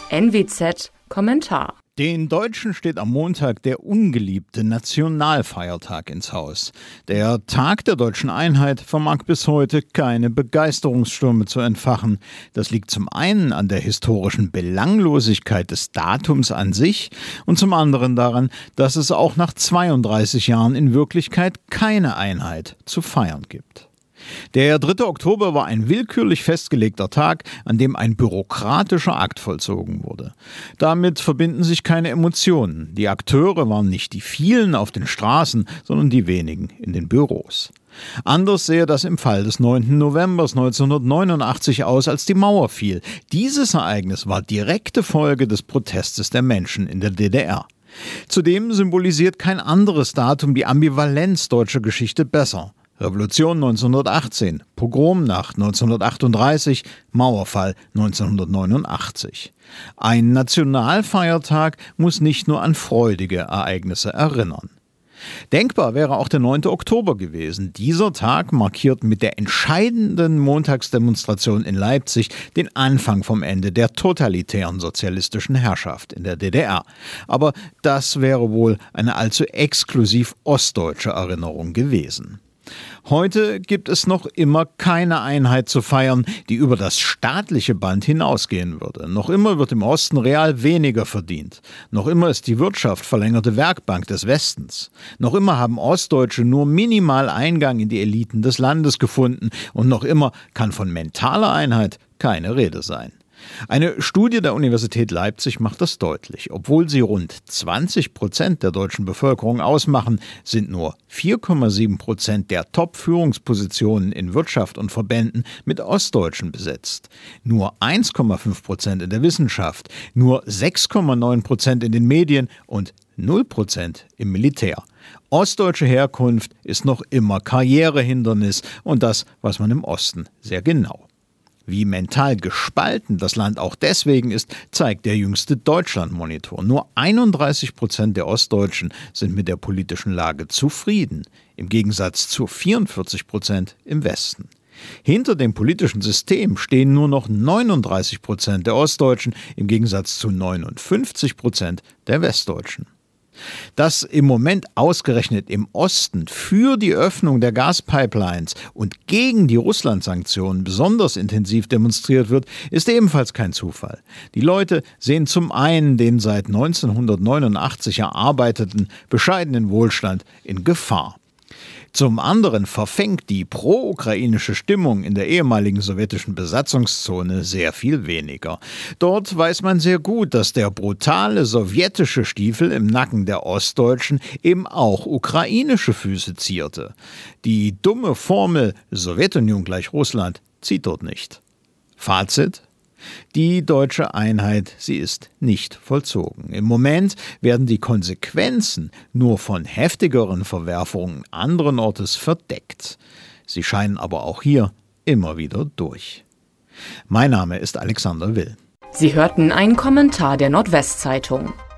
NWZ Kommentar. Den Deutschen steht am Montag der ungeliebte Nationalfeiertag ins Haus. Der Tag der deutschen Einheit vermag bis heute keine Begeisterungsstürme zu entfachen. Das liegt zum einen an der historischen Belanglosigkeit des Datums an sich und zum anderen daran, dass es auch nach 32 Jahren in Wirklichkeit keine Einheit zu feiern gibt. Der 3. Oktober war ein willkürlich festgelegter Tag, an dem ein bürokratischer Akt vollzogen wurde. Damit verbinden sich keine Emotionen. Die Akteure waren nicht die vielen auf den Straßen, sondern die wenigen in den Büros. Anders sähe das im Fall des 9. November 1989 aus, als die Mauer fiel. Dieses Ereignis war direkte Folge des Protestes der Menschen in der DDR. Zudem symbolisiert kein anderes Datum die Ambivalenz deutscher Geschichte besser. Revolution 1918, Pogromnacht 1938, Mauerfall 1989. Ein Nationalfeiertag muss nicht nur an freudige Ereignisse erinnern. Denkbar wäre auch der 9. Oktober gewesen. Dieser Tag markiert mit der entscheidenden Montagsdemonstration in Leipzig den Anfang vom Ende der totalitären sozialistischen Herrschaft in der DDR. Aber das wäre wohl eine allzu exklusiv ostdeutsche Erinnerung gewesen. Heute gibt es noch immer keine Einheit zu feiern, die über das staatliche Band hinausgehen würde. Noch immer wird im Osten real weniger verdient. Noch immer ist die Wirtschaft verlängerte Werkbank des Westens. Noch immer haben Ostdeutsche nur minimal Eingang in die Eliten des Landes gefunden. Und noch immer kann von mentaler Einheit keine Rede sein. Eine Studie der Universität Leipzig macht das deutlich. Obwohl sie rund 20% der deutschen Bevölkerung ausmachen, sind nur 4,7% der Top-Führungspositionen in Wirtschaft und Verbänden mit Ostdeutschen besetzt. Nur 1,5% in der Wissenschaft, nur 6,9% in den Medien und 0% im Militär. Ostdeutsche Herkunft ist noch immer Karrierehindernis und das weiß man im Osten sehr genau. Wie mental gespalten das Land auch deswegen ist, zeigt der jüngste Deutschland-Monitor. Nur 31% der Ostdeutschen sind mit der politischen Lage zufrieden, im Gegensatz zu 44% im Westen. Hinter dem politischen System stehen nur noch 39% der Ostdeutschen, im Gegensatz zu 59% der Westdeutschen. Dass im Moment ausgerechnet im Osten für die Öffnung der Gaspipelines und gegen die Russland-Sanktionen besonders intensiv demonstriert wird, ist ebenfalls kein Zufall. Die Leute sehen zum einen den seit 1989 erarbeiteten bescheidenen Wohlstand in Gefahr. Zum anderen verfängt die pro-ukrainische Stimmung in der ehemaligen sowjetischen Besatzungszone sehr viel weniger. Dort weiß man sehr gut, dass der brutale sowjetische Stiefel im Nacken der Ostdeutschen eben auch ukrainische Füße zierte. Die dumme Formel Sowjetunion gleich Russland zieht dort nicht. Fazit: Die deutsche Einheit, sie ist nicht vollzogen. Im Moment werden die Konsequenzen nur von heftigeren Verwerfungen anderen Ortes verdeckt. Sie scheinen aber auch hier immer wieder durch. Mein Name ist Alexander Will. Sie hörten einen Kommentar der Nordwestzeitung.